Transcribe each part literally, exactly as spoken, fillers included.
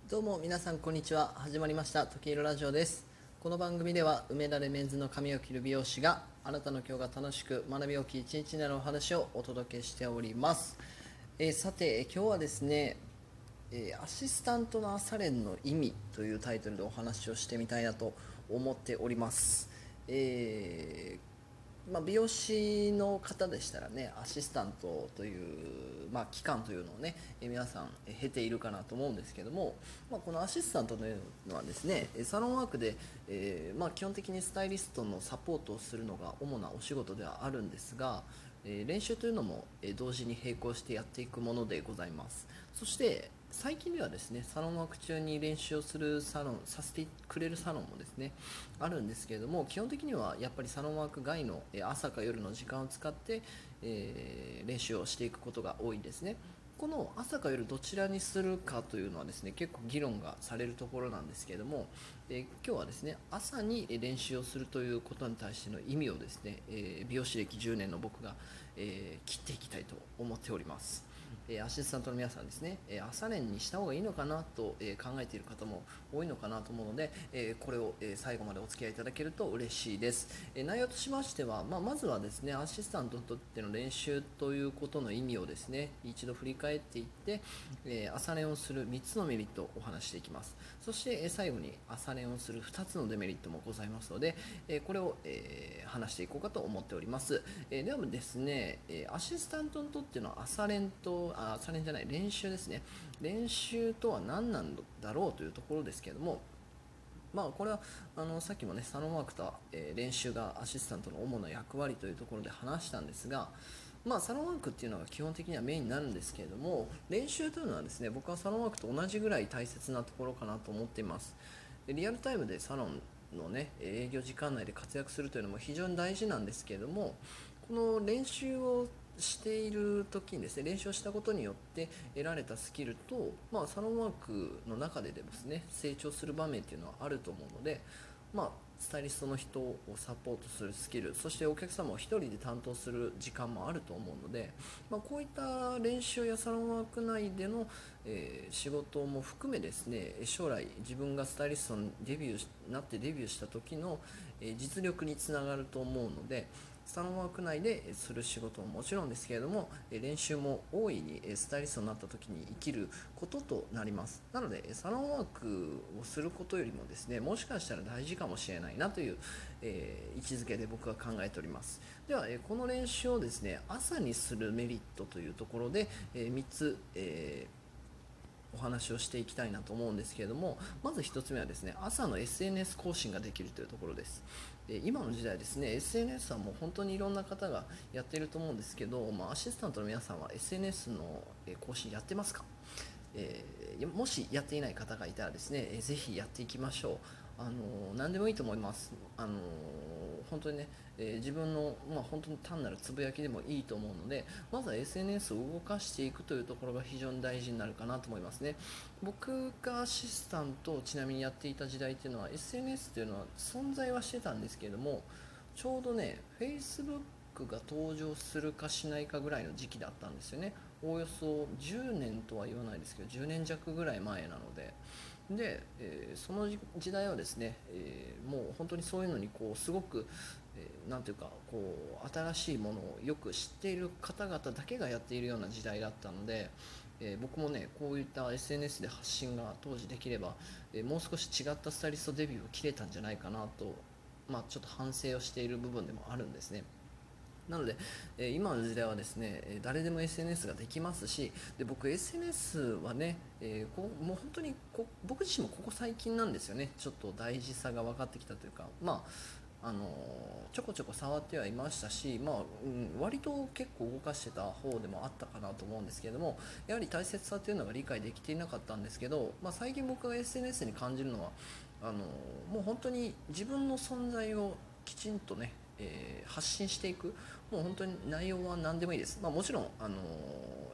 どうも皆さんこんにちは。始まりました時色ラジオです。この番組では梅田でメンズの髪を切る美容師があなたの今日が楽しく学び大きい一日になるお話をお届けしております。えーさて今日はですね、えーアシスタントの朝練の意味というタイトルでお話をしてみたいなと思っております。えーまあ、美容師の方でしたらね、アシスタントという、まあ、期間というのをね、え皆さんえ経ているかなと思うんですけども、まあ、このアシスタントというのはですね、サロンワークで、えーまあ、基本的にスタイリストのサポートをするのが主なお仕事ではあるんですが、えー練習というのも、えー同時に並行してやっていくものでございます。そして最近ではですね、サロンワーク中に練習をするサロンさせてくれるサロンもですねあるんですけれども、基本的にはやっぱりサロンワーク外の朝か夜の時間を使って、えー練習をしていくことが多いんですね。この朝か夜どちらにするかというのはですね、結構議論がされるところなんですけれども、えー今日はですね、朝に練習をするということに対しての意味をですね、えー美容師歴じゅうねんの僕が、えー切っていきたいと思っております。えーアシスタントの皆さんですね、えー朝練にした方がいいのかなと、えー考えている方も多いのかなと思うので、えーこれを、えー最後までお付き合いいただけると嬉しいです。えー内容としましては、まあ、まずはですね、アシスタントにとっての練習ということの意味をですね、一度振り返っていって、えー朝練をするみっつのメリットをお話していきます。そして、えー最後に朝練をするふたつのデメリットもございますので、えーこれを、えー話していこうかと思っております。えーではですね、えーアシスタントにとっての朝練とあ朝練じゃない練習ですね、練習とは何なんだろうというところですけれども、まあ、これはあのさっきもねサロンワークとは、えー練習がアシスタントの主な役割というところで話したんですが、まあ、サロンワークっていうのが基本的にはメインになるんですけれども、練習というのはですね、僕はサロンワークと同じぐらい大切なところかなと思っています。でリアルタイムでサロンのね営業時間内で活躍するというのも非常に大事なんですけれども、この練習をしている時にですね、練習をしたことによって得られたスキルと、まあ、サロンワークの中ででもですね成長する場面っていうのはあると思うので、まあ、スタイリストの人をサポートするスキル、そしてお客様を一人で担当する時間もあると思うので、まあ、こういった練習やサロンワーク内での、えー仕事も含めですね、将来自分がスタイリストにデビューなってデビューした時の、えー実力につながると思うので、サロンワーク内でする仕事ももちろんですけれども、練習も大いにスタイリストになった時に生きることとなります。なのでサロンワークをすることよりもですね、もしかしたら大事かもしれないなという、えー位置づけで僕は考えております。では、えーこの練習をですね朝にするメリットというところで、えーみっつ、えーお話をしていきたいなと思うんですけれども、まずひとつめはですね、朝の エスエヌエス 更新ができるというところです。で今の時代ですね、 エスエヌエス はもう本当にいろんな方がやっていると思うんですけど、まあ、アシスタントの皆さんは エスエヌエス の更新やってますか？えーもしやっていない方がいたらですね、えーぜひやっていきましょう。あのー何でもいいと思います。あのー本当にね、えー自分の、まあ、本当に単なるつぶやきでもいいと思うので、まずは エスエヌエス を動かしていくというところが非常に大事になるかなと思いますね。僕がアシスタントをちなみにやっていた時代っていうのは エスエヌエス っていうのは存在はしてたんですけれども、ちょうどね Facebook が登場するかしないかぐらいの時期だったんですよね。おおよそじゅうねんとは言わないですけどじゅうねん弱ぐらい前なので、で、えーその時代はですね、えーもう本当にそういうのにこうすごく、えーなんていうかこう新しいものをよく知っている方々だけがやっているような時代だったので、えー僕もねこういった エスエヌエス で発信が当時できれば、えーもう少し違ったスタイリストデビューを切れたんじゃないかなと、まあ、ちょっと反省をしている部分でもあるんですね。なので、えー今の時代はですね、えー誰でも エスエヌエス ができますし、で僕 エスエヌエス はね、えーこうもう本当にこ僕自身もここ最近なんですよね、ちょっと大事さが分かってきたというか、まああのーちょこちょこ触ってはいましたし、まあうん、割と結構動かしてた方でもあったかなと思うんですけれども、やはり大切さというのが理解できていなかったんですけど、まあ、最近僕が エスエヌエス に感じるのはあのーもう本当に自分の存在をきちんとね、えー発信していく、もう本当に内容は何でもいいです。まあ、もちろん、あの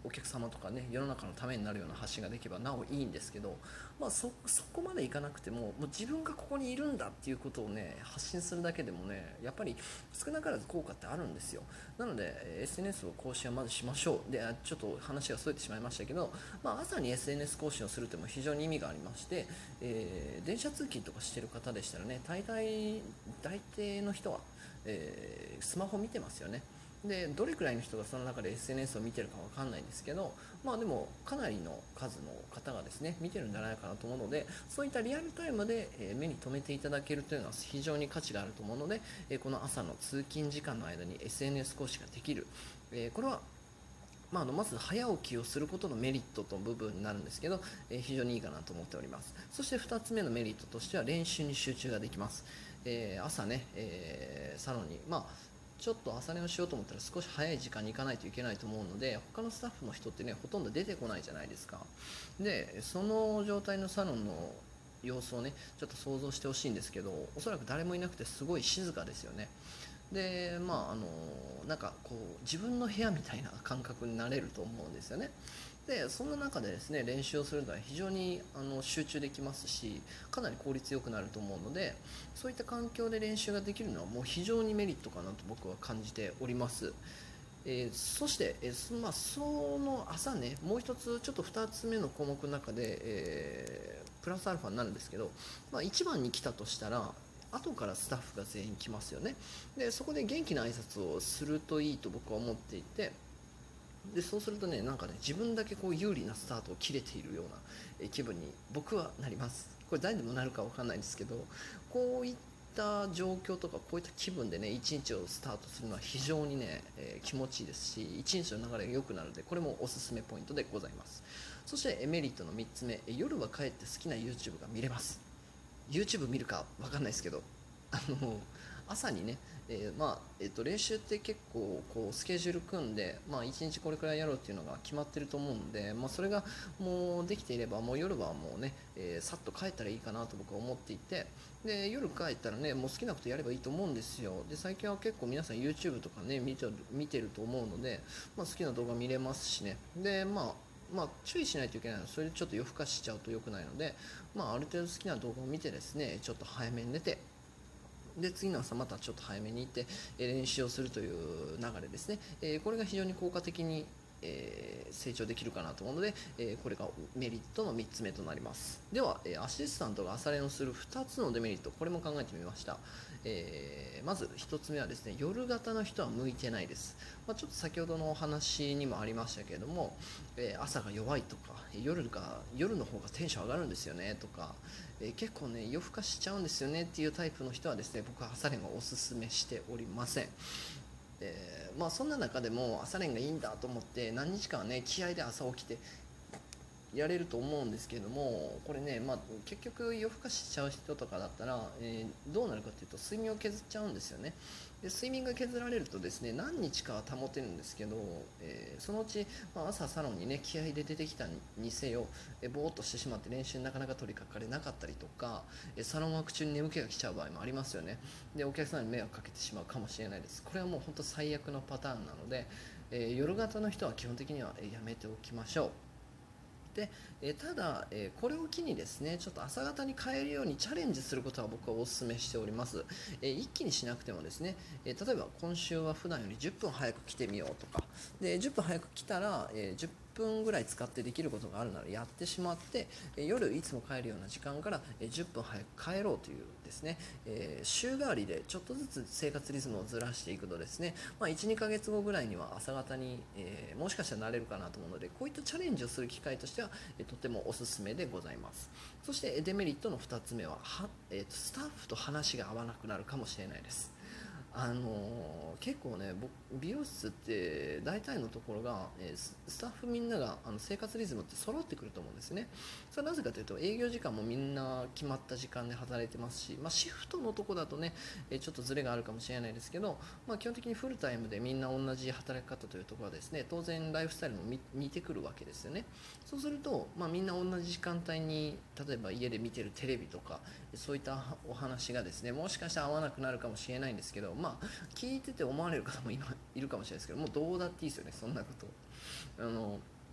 お客様とかね世の中のためになるような発信ができればなおいいんですけど、まあ、そそこまでいかなくても、もう自分がここにいるんだっていうことをね発信するだけでもねやっぱり少なからず効果ってあるんですよ。なので エスエヌエス を更新はまずしましょう。でちょっと話がそれてしまいましたけど、まあ、朝に エスエヌエス 更新をするというのも非常に意味がありまして、えー、電車通勤とかしてる方でしたらね大体大抵の人は、えー、スマホ見てますよね。でどれくらいの人がその中で エスエヌエス を見てるかわかんないんですけど、まあでもかなりの数の方がですね見てるんじゃないかなと思うので、そういったリアルタイムで目に留めていただけるというのは非常に価値があると思うので、この朝の通勤時間の間に エスエヌエス 講師ができる、これはまあ、あのまず早起きをすることのメリットと部分になるんですけど、えー、非常にいいかなと思っております。そしてふたつめのメリットとしては練習に集中ができます。えー、朝ね、えー、サロンに、まあちょっと朝練をしようと思ったら少し早い時間に行かないといけないと思うので、他のスタッフの人ってねほとんど出てこないじゃないですか。でその状態のサロンの様子をねちょっと想像してほしいんですけど、おそらく誰もいなくてすごい静かですよね。でまああのなんかこう自分の部屋みたいな感覚になれると思うんですよね。でそんな中でですね練習をするのは非常にあの集中できますし、かなり効率よくなると思うので、そういった環境で練習ができるのはもう非常にメリットかなと僕は感じております。えー、そして、えーまあ、その朝ねもう一つちょっとふたつめの項目の中で、えープラスアルファになるんですけど、まあ、いちばんに来たとしたら後からスタッフが全員来ますよね。でそこで元気な挨拶をするといいと僕は思っていて、でそうするとねなんかね自分だけこう有利なスタートを切れているような気分に僕はなります。これ誰でもなるか分かんないんですけど、こういった状況とかこういった気分でね一日をスタートするのは非常にね、えー気持ちいいですし、一日の流れが良くなるのでこれもおすすめポイントでございます。そしてメリットのみっつめ、夜は帰って好きな YouTube が見れます。 YouTube 見るか分かんないですけど、あの朝にね、えーまあえー、と練習って結構こうスケジュール組んで、まあ、いちにちこれくらいやろうっていうのが決まってると思うので、まあ、それがもうできていればもう夜はもうね、えーさっと帰ったらいいかなと僕は思っていて、で夜帰ったらねもう好きなことやればいいと思うんですよ。で最近は結構皆さん YouTube とかね見てる見てると思うので、まあ、好きな動画見れますしね。でまあまあ、注意しないといけないのはそれでちょっと夜更かししちゃうと良くないので、まあ、ある程度好きな動画を見てですねちょっと早めに寝て、で次の朝またちょっと早めに行って練習をするという流れですね。えーこれが非常に効果的に、えー成長できるかなと思うので、えーこれがメリットのみっつめとなります。では、えーアシスタントが朝練をするふたつのデメリット、これも考えてみました。えーまずひとつめはですね、夜型の人は向いてないです。まあ、ちょっと先ほどのお話にもありましたけれども、えー朝が弱いとか夜が夜の方がテンション上がるんですよねとか、えー結構ね夜更かしちゃうんですよねっていうタイプの人はですね僕は朝練はおすすめしておりません。でまあそんな中でも朝練がいいんだと思って何日間はね気合で朝起きてやれると思うんですけども、これね、まあ、結局夜更かししちゃう人とかだったら、えーどうなるかというと睡眠を削っちゃうんですよね。で睡眠が削られるとですね何日かは保てるんですけど、えーそのうち、まあ、朝サロンにね気合で出てきたにせよ、えーぼーっとしてしまって練習になかなか取り掛かれなかったりとか、えーサロンワーク中に眠気が来ちゃう場合もありますよね。でお客さんに迷惑かけてしまうかもしれないです。これはもう本当最悪のパターンなので、えー夜型の人は基本的にはえーやめておきましょう。で、えただ、えこれを機にですねちょっと朝方に変えるようにチャレンジすることは僕はお勧めしております。え一気にしなくてもですね、え例えば今週は普段よりじゅっぷん早く来てみようとかでじゅっぷん早く来たら、えじゅっぷんぐらい使ってできることがあるならやってしまって、え夜いつも帰るような時間から、えじゅっぷん早く帰ろうというですね、えー週替わりでちょっとずつ生活リズムをずらしていくとですね、まあ、いち、にかげつごぐらいには朝方に、えーもしかしたらなれるかなと思うので、こういったチャレンジをする機会としては、えーとてもおすすめでございます。そしてデメリットのふたつめはは、えーとスタッフと話が合わなくなるかもしれないです。あのー結構ね僕美容室って大体のところが、えーススタッフみんながあの生活リズムって揃ってくると思うんですね。それはなぜかというと営業時間もみんな決まった時間で働いてますし、まあ、シフトのとこだとね、えーちょっとズレがあるかもしれないですけど、まあ、基本的にフルタイムでみんな同じ働き方というところはですね当然ライフスタイルも似似てくるわけですよね。そうすると、まあ、みんな同じ時間帯に例えば家で見てるテレビとかそういったお話がですねもしかしたら合わなくなるかもしれないんですけど、まあ聞いてて思われる方も今いるかもしれないですけど、もうどうだっていいですよねそんなこと。あの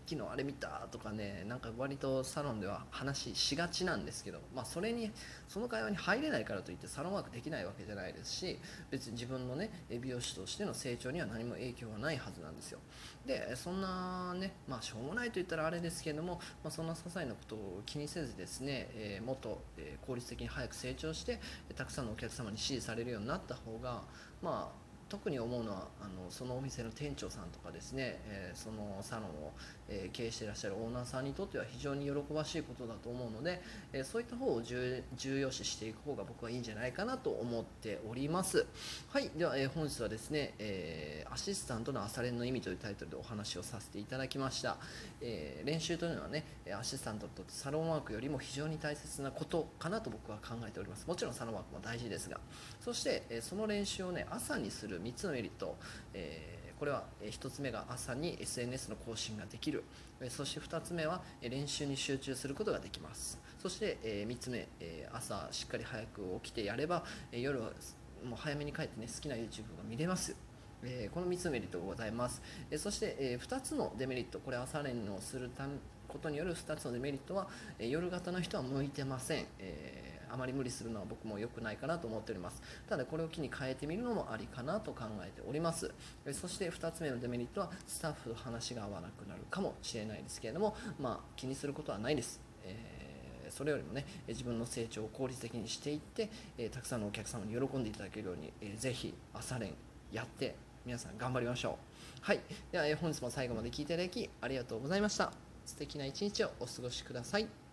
昨日あれ見たとかね、なんか割とサロンでは話しがちなんですけど、まあ、それにその会話に入れないからといってサロンワークできないわけじゃないですし、別に自分のね美容師としての成長には何も影響はないはずなんですよ。でそんなね、まあしょうもないと言ったらあれですけれども、まあ、そんな些細なことを気にせずですね、えーもっと、えー効率的に早く成長してたくさんのお客様に支持されるようになった方が、まあ特に思うのはあのそのお店の店長さんとかですね、えーそのサロンを、えー経営していらっしゃるオーナーさんにとっては非常に喜ばしいことだと思うので、えーそういった方を重重要視していく方が僕はいいんじゃないかなと思っております。はい、では、えー本日はですね、えーアシスタントの朝練の意味というタイトルでお話をさせていただきました。えー練習というのはね、アシスタントとサロンワークよりも非常に大切なことかなと僕は考えております。もちろんサロンワークも大事ですが、そして、えーその練習をね朝にするみっつのメリット、えーこれはひとつめが朝に エスエヌエス の更新ができる、そしてふたつめは練習に集中することができます。そしてみっつめ、朝しっかり早く起きてやれば夜はもう早めに帰ってね好きな YouTube が見れます。えーこのみっつのメリットがございます。えーそして、えーふたつのデメリット、これ朝練をするためことによるふたつのデメリットは、えー夜型の人は向いてません。えーあまり無理するのは僕も良くないかなと思っております。ただこれを機に変えてみるのもありかなと考えております。えーそしてふたつめのデメリットはスタッフと話が合わなくなるかもしれないですけれども、まあ気にすることはないです。えーそれよりもね自分の成長を効率的にしていって、えーたくさんのお客様に喜んでいただけるように、えーぜひ朝練やって皆さん頑張りましょう。はい、では、えー本日も最後まで聞いていただきありがとうございました。素敵な一日をお過ごしください。